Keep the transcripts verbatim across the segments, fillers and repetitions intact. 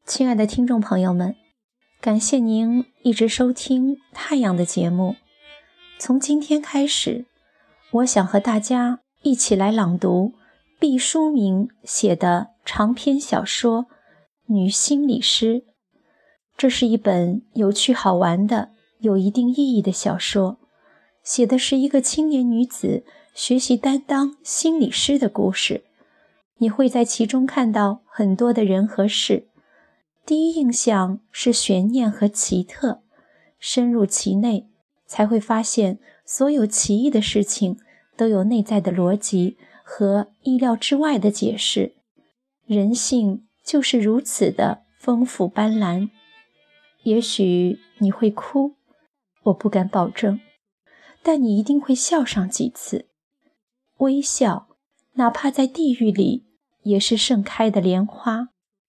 亲爱的听众朋友们，感谢您一直收听太阳的节目。从今天开始，我想和大家一起来朗读毕淑敏写的长篇小说《女心理师》。这是一本有趣好玩的、有一定意义的小说，写的是一个青年女子学习担当心理师的故事。你会在其中看到很多的人和事，第一印象是悬念和奇特，深入其内才会发现所有奇异的事情都有内在的逻辑和意料之外的解释。人性就是如此的丰富斑斓。也许你会哭，我不敢保证，但你一定会笑上几次。微笑，哪怕在地狱里，也是盛开的莲花。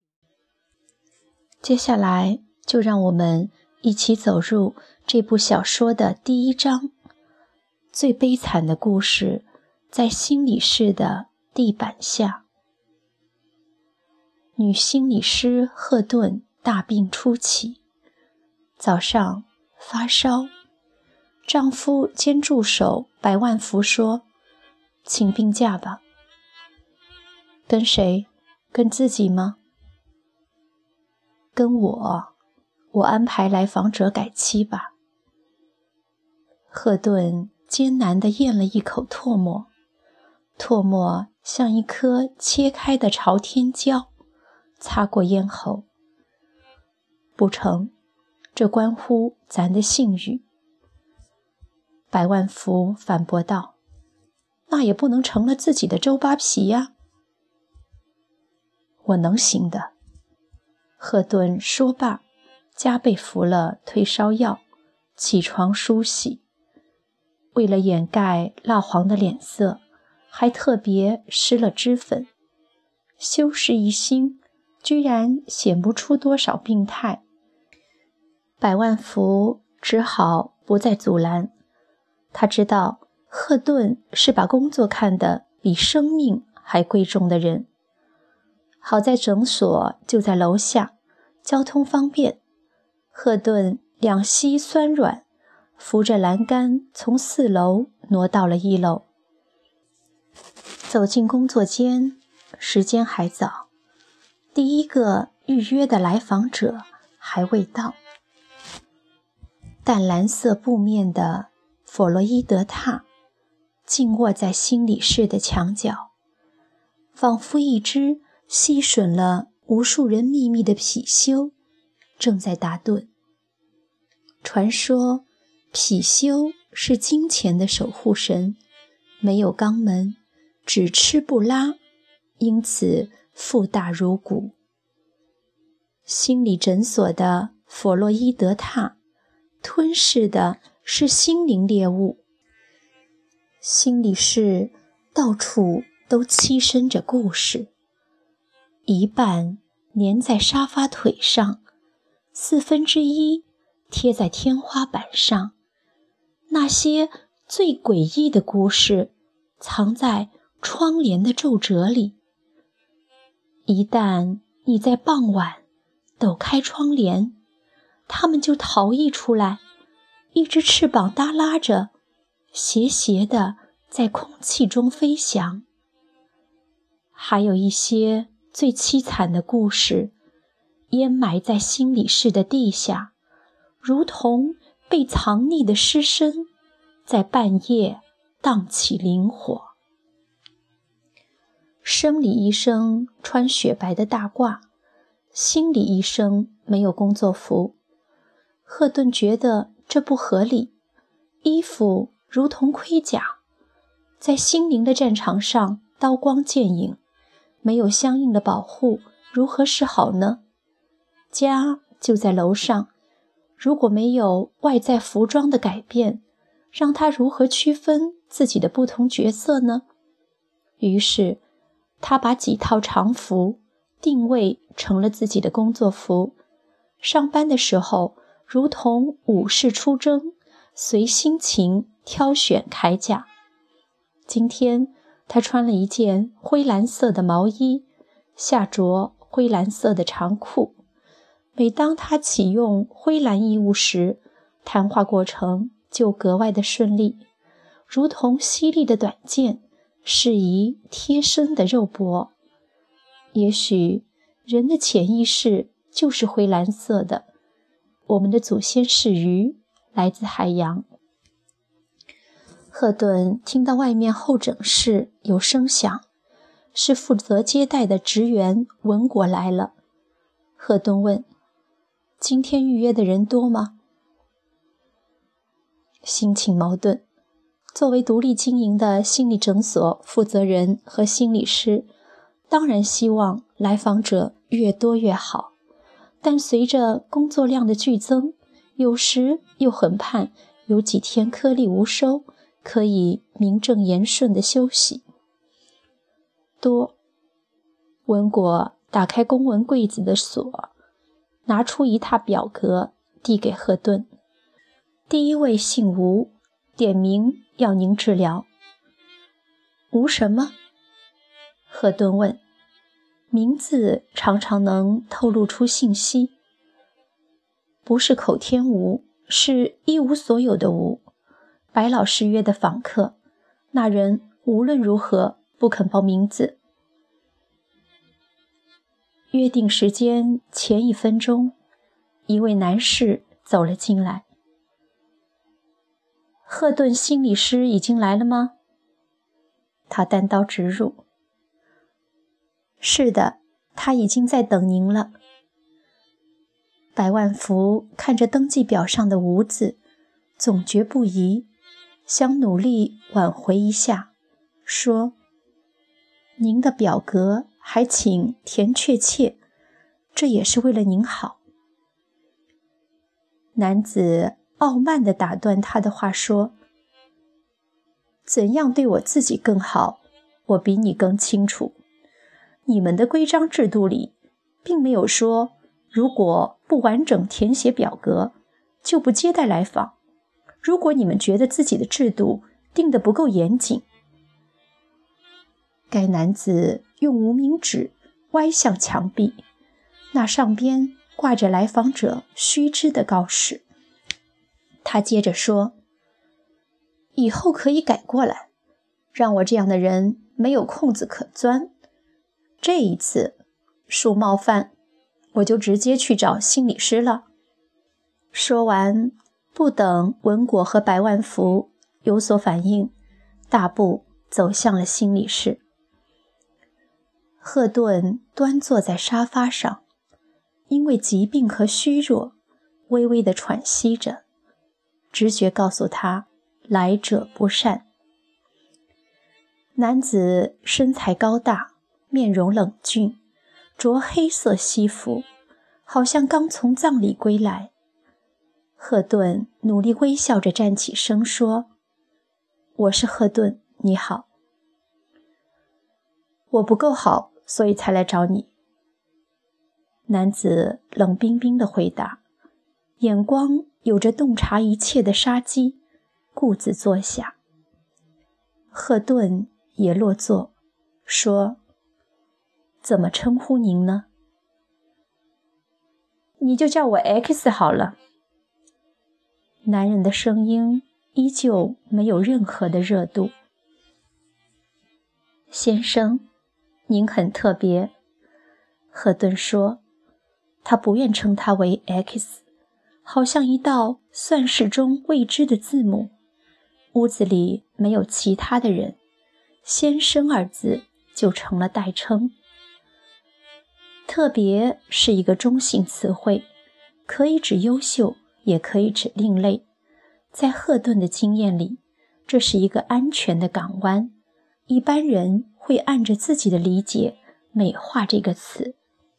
接下来就让我们一起走入这部小说的第一章，最悲惨的故事在心理室的地板下。女心理师赫顿大病初起，早上发烧，丈夫兼助手百万福说：请病假吧。跟谁？跟自己吗？跟我，我安排来访者改期吧。赫顿艰难地咽了一口唾沫，唾沫像一颗切开的朝天椒，擦过咽喉。不成，这关乎咱的信誉。百万福反驳道：那也不能成了自己的周扒皮呀。我能行的。赫顿说罢，加倍服了退烧药，起床梳洗。为了掩盖蜡黄的脸色，还特别施了脂粉。修饰一新，居然显不出多少病态。百万福只好不再阻拦。他知道赫顿是把工作看得比生命还贵重的人。好在诊所就在楼下，交通方便。赫顿两膝酸软，扶着栏杆从四楼挪到了一楼。走进工作间，时间还早，第一个预约的来访者还未到。淡蓝色布面的弗洛伊德榻静卧在心理室的墙角，仿佛一只吸吮了无数人秘密的貔貅正在打盹。传说貔貅是金钱的守护神，没有肛门，只吃不拉，因此腹大如鼓。心理诊所的弗洛伊德榻吞噬的是心灵猎物。心理室到处都栖身着故事，一半粘在沙发腿上，四分之一贴在天花板上。那些最诡异的故事藏在窗帘的皱褶里。一旦你在傍晚抖开窗帘，它们就逃逸出来，一只翅膀耷拉着，斜斜地在空气中飞翔。还有一些最凄惨的故事淹埋在心理室的地下，如同被藏匿的尸身，在半夜荡起灵火。生理医生穿雪白的大褂，心理医生没有工作服。赫顿觉得这不合理，衣服如同盔甲，在心灵的战场上刀光剑影，没有相应的保护，如何是好呢？家就在楼上，如果没有外在服装的改变，让他如何区分自己的不同角色呢？于是他把几套常服定位成了自己的工作服，上班的时候如同武士出征，随心情挑选铠甲。今天他穿了一件灰蓝色的毛衣，下着灰蓝色的长裤， 每当他启用灰蓝异物时，谈话过程就格外的顺利，如同犀利的短剑，适宜贴身的肉搏。也许人的潜意识就是灰蓝色的，我们的祖先是鱼，来自海洋。赫顿听到外面候诊室有声响，是负责接待的职员文果来了。赫顿问：今天预约的人多吗？心情矛盾。作为独立经营的心理诊所负责人和心理师，当然希望来访者越多越好，但随着工作量的剧增，有时又很盼有几天颗粒无收，可以名正言顺的休息。多。文果打开公文柜子的锁，拿出一沓表格递给赫顿。第一位姓吴，点名要您治疗。吴什么？赫顿问。名字常常能透露出信息。不是口天吴，是一无所有的吴。白老师约的访客，那人无论如何不肯报名字。约定时间前一分钟，一位男士走了进来。赫顿心理师已经来了吗？他单刀直入。是的，他已经在等您了。百万福看着登记表上的吴字，总觉不宜，想努力挽回一下，说：您的表格还请填确切，这也是为了您好。男子傲慢地打断他的话说：怎样对我自己更好，我比你更清楚。你们的规章制度里并没有说，如果不完整填写表格，就不接待来访。如果你们觉得自己的制度定得不够严谨。该男子用无名指歪向墙壁，那上边挂着来访者须知的告示。他接着说：以后可以改过来，让我这样的人没有空子可钻。这一次恕冒犯，我就直接去找心理师了。说完，不等文果和白万福有所反应，大步走向了心理室。赫顿端坐在沙发上，因为疾病和虚弱，微微地喘息着。直觉告诉他，来者不善。男子身材高大，面容冷峻，着黑色西服，好像刚从葬礼归来。赫顿努力微笑着站起身说：我是赫顿，你好。我不够好，所以才来找你。男子冷冰冰地回答，眼光有着洞察一切的杀机，故自坐下。赫顿也落座，说：怎么称呼您呢？你就叫我 X 好了。男人的声音依旧没有任何的热度。先生，您很特别。赫顿说，他不愿称他为 X， 好像一道算式中未知的字母。屋子里没有其他的人，先生二字就成了代称。特别是一个中性词汇，可以指优秀，也可以指另类。在赫顿的经验里，这是一个安全的港湾，一般人会按着自己的理解美化这个词。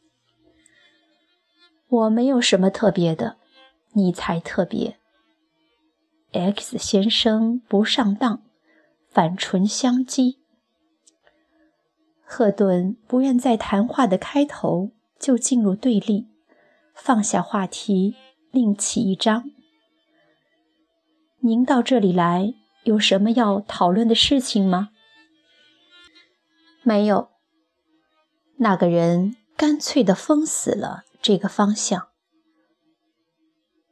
我没有什么特别的，你才特别。X 先生不上当，反唇相讥。赫顿不愿在谈话的开头就进入对立，放下话题，另起一章。您到这里来，有什么要讨论的事情吗？没有。那个人干脆地封死了这个方向。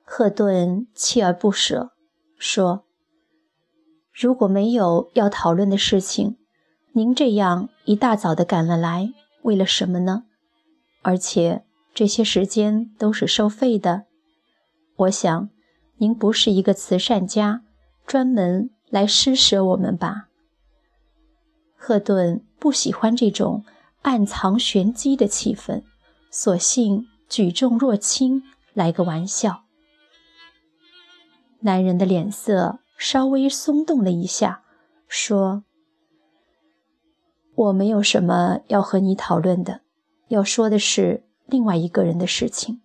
赫顿锲而不舍，说：如果没有要讨论的事情，您这样一大早的赶了来，为了什么呢？而且这些时间都是收费的。我想您不是一个慈善家，专门来施舍我们吧。赫顿不喜欢这种暗藏玄机的气氛，索性举重若轻，来个玩笑。男人的脸色稍微松动了一下，说：我没有什么要和你讨论的，要说的是另外一个人的事情。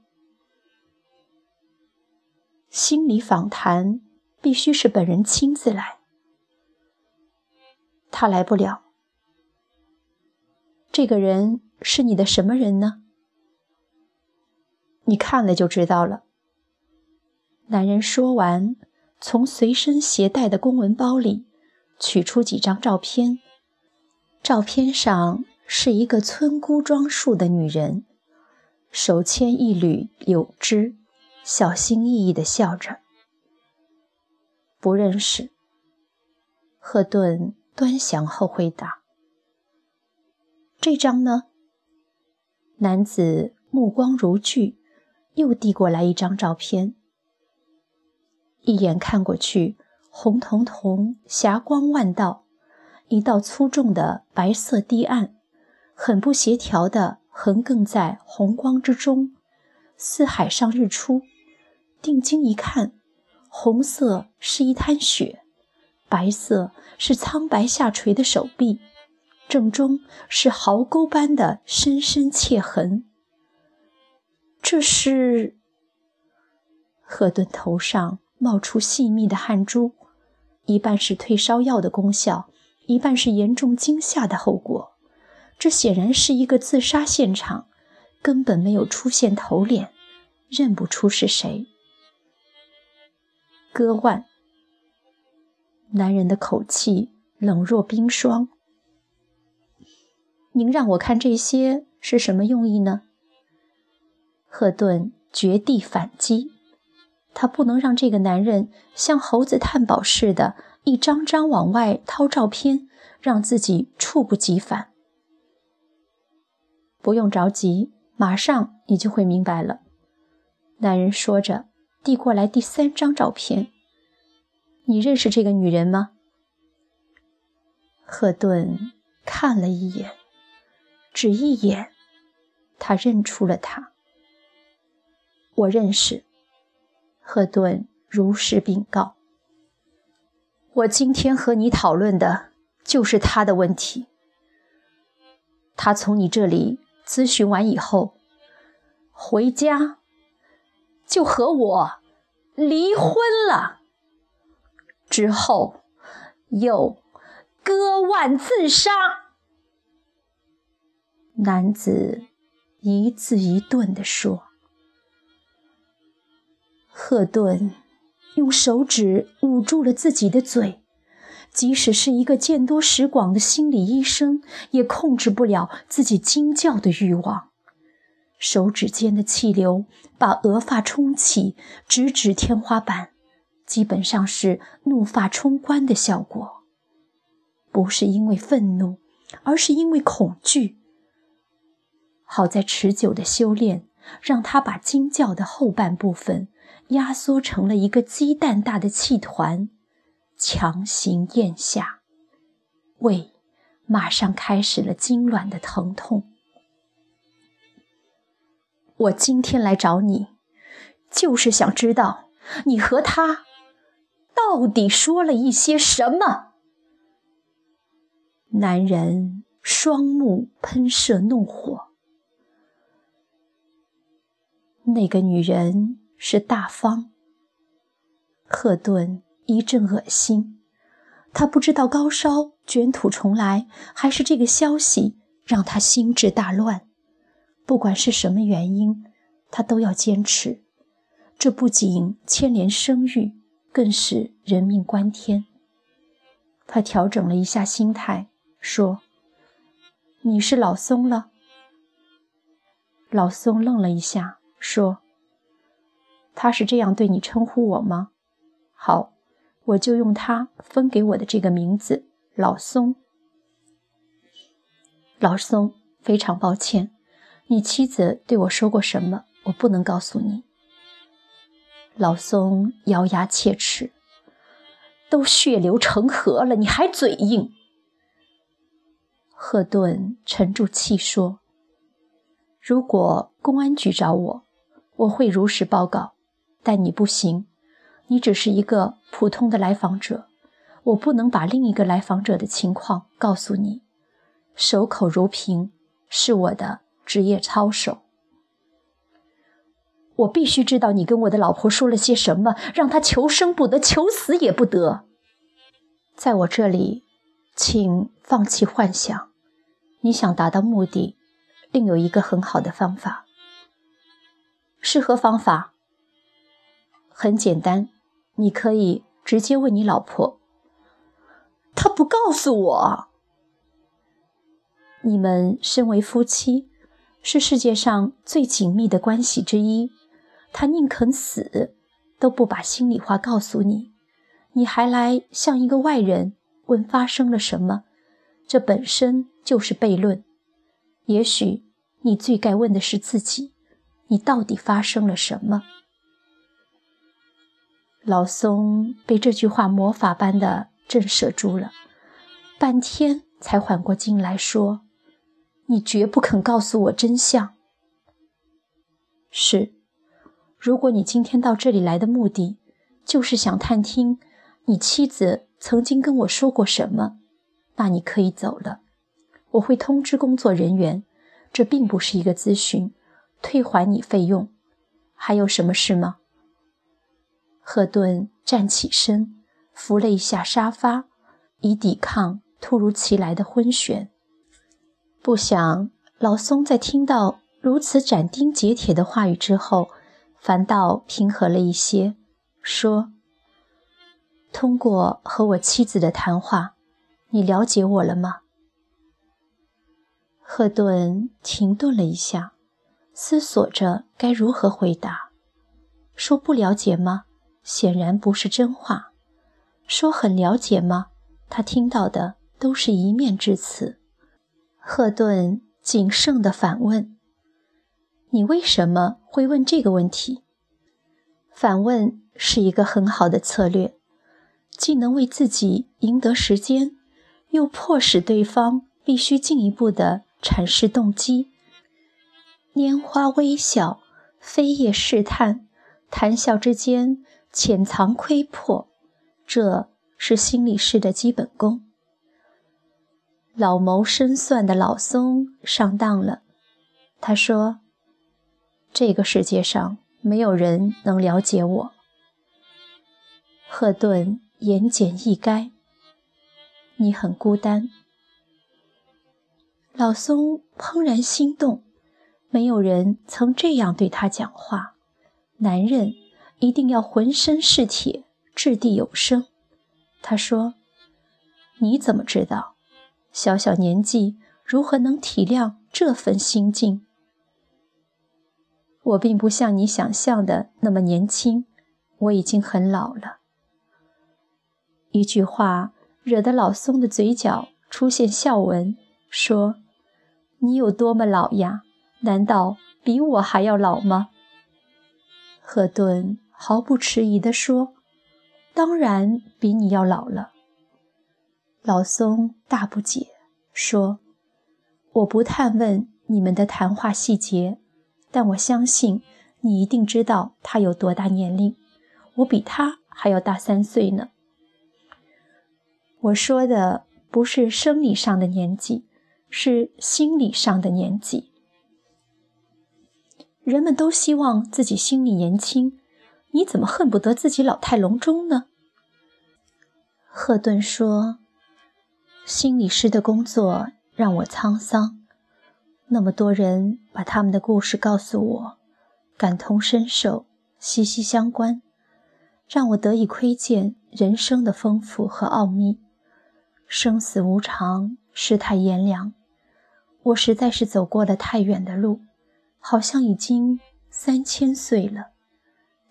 心理访谈必须是本人亲自来。他来不了。这个人是你的什么人呢？你看了就知道了。男人说完，从随身携带的公文包里取出几张照片。照片上是一个村姑装束的女人，手牵一缕柳枝，小心翼翼地笑着。不认识。赫顿端详后回答。这张呢？男子目光如炬，又递过来一张照片。一眼看过去，红彤彤，霞光万道，一道粗重的白色堤岸，很不协调地横亘在红光之中，似海上日出。定睛一看，红色是一滩血，白色是苍白下垂的手臂，正中是壕沟般的深深切痕。这是……赫顿头上冒出细密的汗珠，一半是退烧药的功效，一半是严重惊吓的后果。这显然是一个自杀现场，根本没有出现头脸，认不出是谁。割腕。男人的口气冷若冰霜。您让我看这些是什么用意呢？赫顿绝地反击，他不能让这个男人像猴子探宝似的一张张往外掏照片，让自己猝不及防。不用着急，马上你就会明白了。男人说着，递过来第三张照片。你认识这个女人吗？赫顿看了一眼，只一眼，他认出了她。我认识。赫顿如实禀告。我今天和你讨论的就是她的问题。她从你这里咨询完以后，回家就和我离婚了，之后又割腕自杀。男子一字一顿地说。赫顿用手指捂住了自己的嘴，即使是一个见多识广的心理医生，也控制不了自己惊叫的欲望。手指间的气流把额发冲起，直指天花板，基本上是怒发冲冠的效果。不是因为愤怒，而是因为恐惧。好在持久的修炼让他把惊叫的后半部分压缩成了一个鸡蛋大的气团，强行咽下，胃马上开始了痉挛的疼痛。我今天来找你，就是想知道你和他到底说了一些什么。男人双目喷射怒火。那个女人是大方。赫顿一阵恶心，他不知道高烧卷土重来，还是这个消息让他心智大乱。不管是什么原因，他都要坚持。这不仅牵连声誉，更是人命关天。他调整了一下心态，说：你是老松了？老松愣了一下，说： 他是这样对你称呼我吗？好，我就用他分给我的这个名字，老松。老松，非常抱歉，你妻子对我说过什么，我不能告诉你。老松咬牙切齿，都血流成河了，你还嘴硬。赫顿沉住气说，如果公安局找我，我会如实报告，但你不行，你只是一个普通的来访者，我不能把另一个来访者的情况告诉你。守口如瓶是我的职业操守。我必须知道你跟我的老婆说了些什么，让她求生不得，求死也不得。在我这里，请放弃幻想。你想达到目的，另有一个很好的方法。是何方法？很简单，你可以直接问你老婆。她不告诉我。你们身为夫妻，是世界上最紧密的关系之一，他宁肯死，都不把心里话告诉你，你还来像一个外人问发生了什么，这本身就是悖论。也许你最该问的是自己，你到底发生了什么？老松被这句话魔法般的震慑住了，半天才缓过劲来说，你绝不肯告诉我真相。是，如果你今天到这里来的目的，就是想探听你妻子曾经跟我说过什么，那你可以走了。我会通知工作人员，这并不是一个咨询，退还你费用。还有什么事吗？赫顿站起身，扶了一下沙发，以抵抗突如其来的昏眩。不想老松在听到如此斩钉截铁的话语之后，反倒平和了一些，说，通过和我妻子的谈话，你了解我了吗？赫顿停顿了一下，思索着该如何回答。说不了解吗？显然不是真话。说很了解吗？他听到的都是一面之词。赫顿谨慎地反问，你为什么会问这个问题？反问是一个很好的策略，既能为自己赢得时间，又迫使对方必须进一步地阐释动机。拈花微笑，飞叶试探，谈笑之间潜藏窥破，这是心理师的基本功。老谋深算的老松上当了，他说，这个世界上没有人能了解我。赫顿言简意赅，你很孤单。老松怦然心动，没有人曾这样对他讲话，男人一定要浑身是铁，掷地有声。他说，你怎么知道？小小年纪如何能体谅这份心境？我并不像你想象的那么年轻，我已经很老了。一句话惹得老松的嘴角出现笑纹，说，你有多么老呀？难道比我还要老吗？赫顿毫不迟疑地说，当然比你要老了。老松大不解，说，我不探问你们的谈话细节，但我相信你一定知道他有多大年龄，我比他还要大三岁呢。我说的不是生理上的年纪，是心理上的年纪。人们都希望自己心里年轻，你怎么恨不得自己老态龙钟呢？赫顿说，心理师的工作让我沧桑，那么多人把他们的故事告诉我，感同身受，息息相关，让我得以窥见人生的丰富和奥秘。生死无常，世态炎凉，我实在是走过了太远的路，好像已经三千岁了。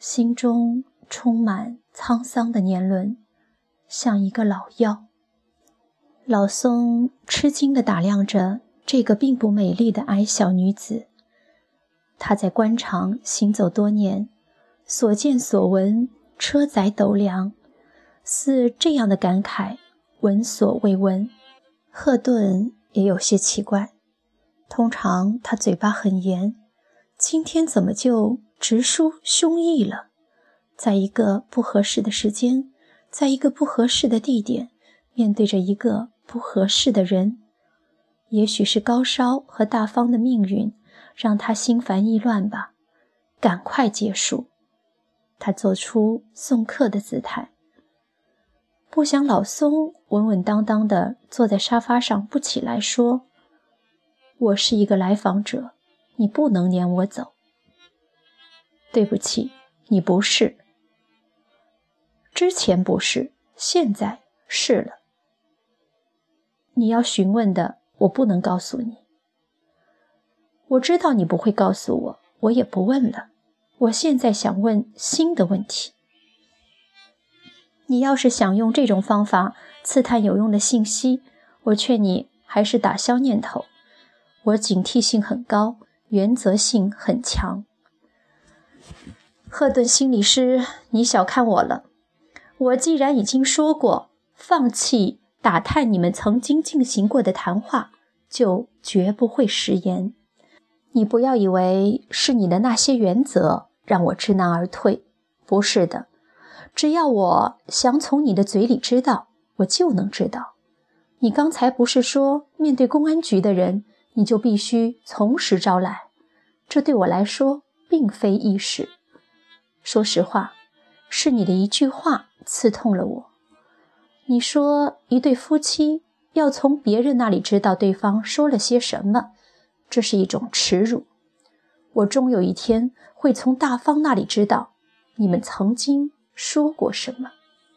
心中充满沧桑的年轮，像一个老药。老松吃惊地打量着这个并不美丽的矮小女子，她在官场行走多年，所见所闻车载斗量，似这样的感慨闻所未闻。赫顿也有些奇怪，通常他嘴巴很严，今天怎么就直抒胸臆了？在一个不合适的时间，在一个不合适的地点，面对着一个不合适的人，也许是高烧和大方的命运让他心烦意乱吧。赶快结束。他做出送客的姿态。不想老松稳稳当当地坐在沙发上不起来，说：我是一个来访者，你不能撵我走。对不起，你不是。之前不是，现在是了。你要询问的，我不能告诉你。我知道你不会告诉我，我也不问了。我现在想问新的问题。你要是想用这种方法刺探有用的信息，我劝你还是打消念头。我警惕性很高，原则性很强。赫顿心理师，你小看我了。我既然已经说过，放弃打探你们曾经进行过的谈话，就绝不会食言。你不要以为是你的那些原则让我知难而退，不是的。只要我想从你的嘴里知道，我就能知道。你刚才不是说面对公安局的人，你就必须从实招来？这对我来说并非易事。说实话，是你的一句话刺痛了我。你说一对夫妻要从别人那里知道对方说了些什么，这是一种耻辱。我终有一天会从大方那里知道你们曾经说过什么。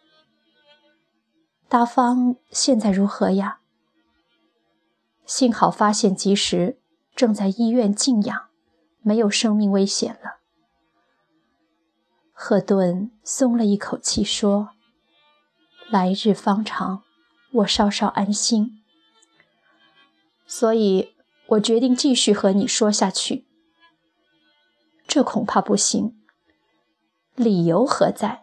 大方现在如何呀？幸好发现及时，正在医院静养，没有生命危险了。赫顿松了一口气说：来日方长，我稍稍安心。所以我决定继续和你说下去。这恐怕不行。理由何在？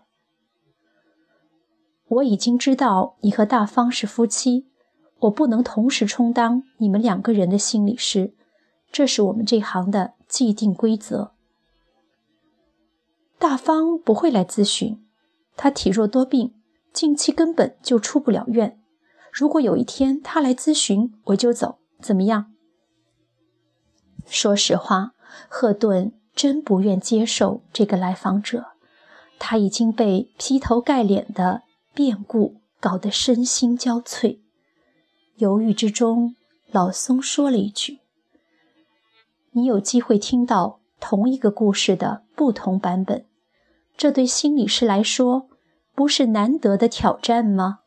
我已经知道你和大方是夫妻，我不能同时充当你们两个人的心理师，这是我们这行的既定规则。大方不会来咨询，他体弱多病，近期根本就出不了院。如果有一天他来咨询，我就走，怎么样？说实话，赫顿真不愿接受这个来访者，他已经被劈头盖脸的变故搞得身心交瘁。犹豫之中，老松说了一句：你有机会听到同一个故事的不同版本，这对心理师来说不是难得的挑战吗？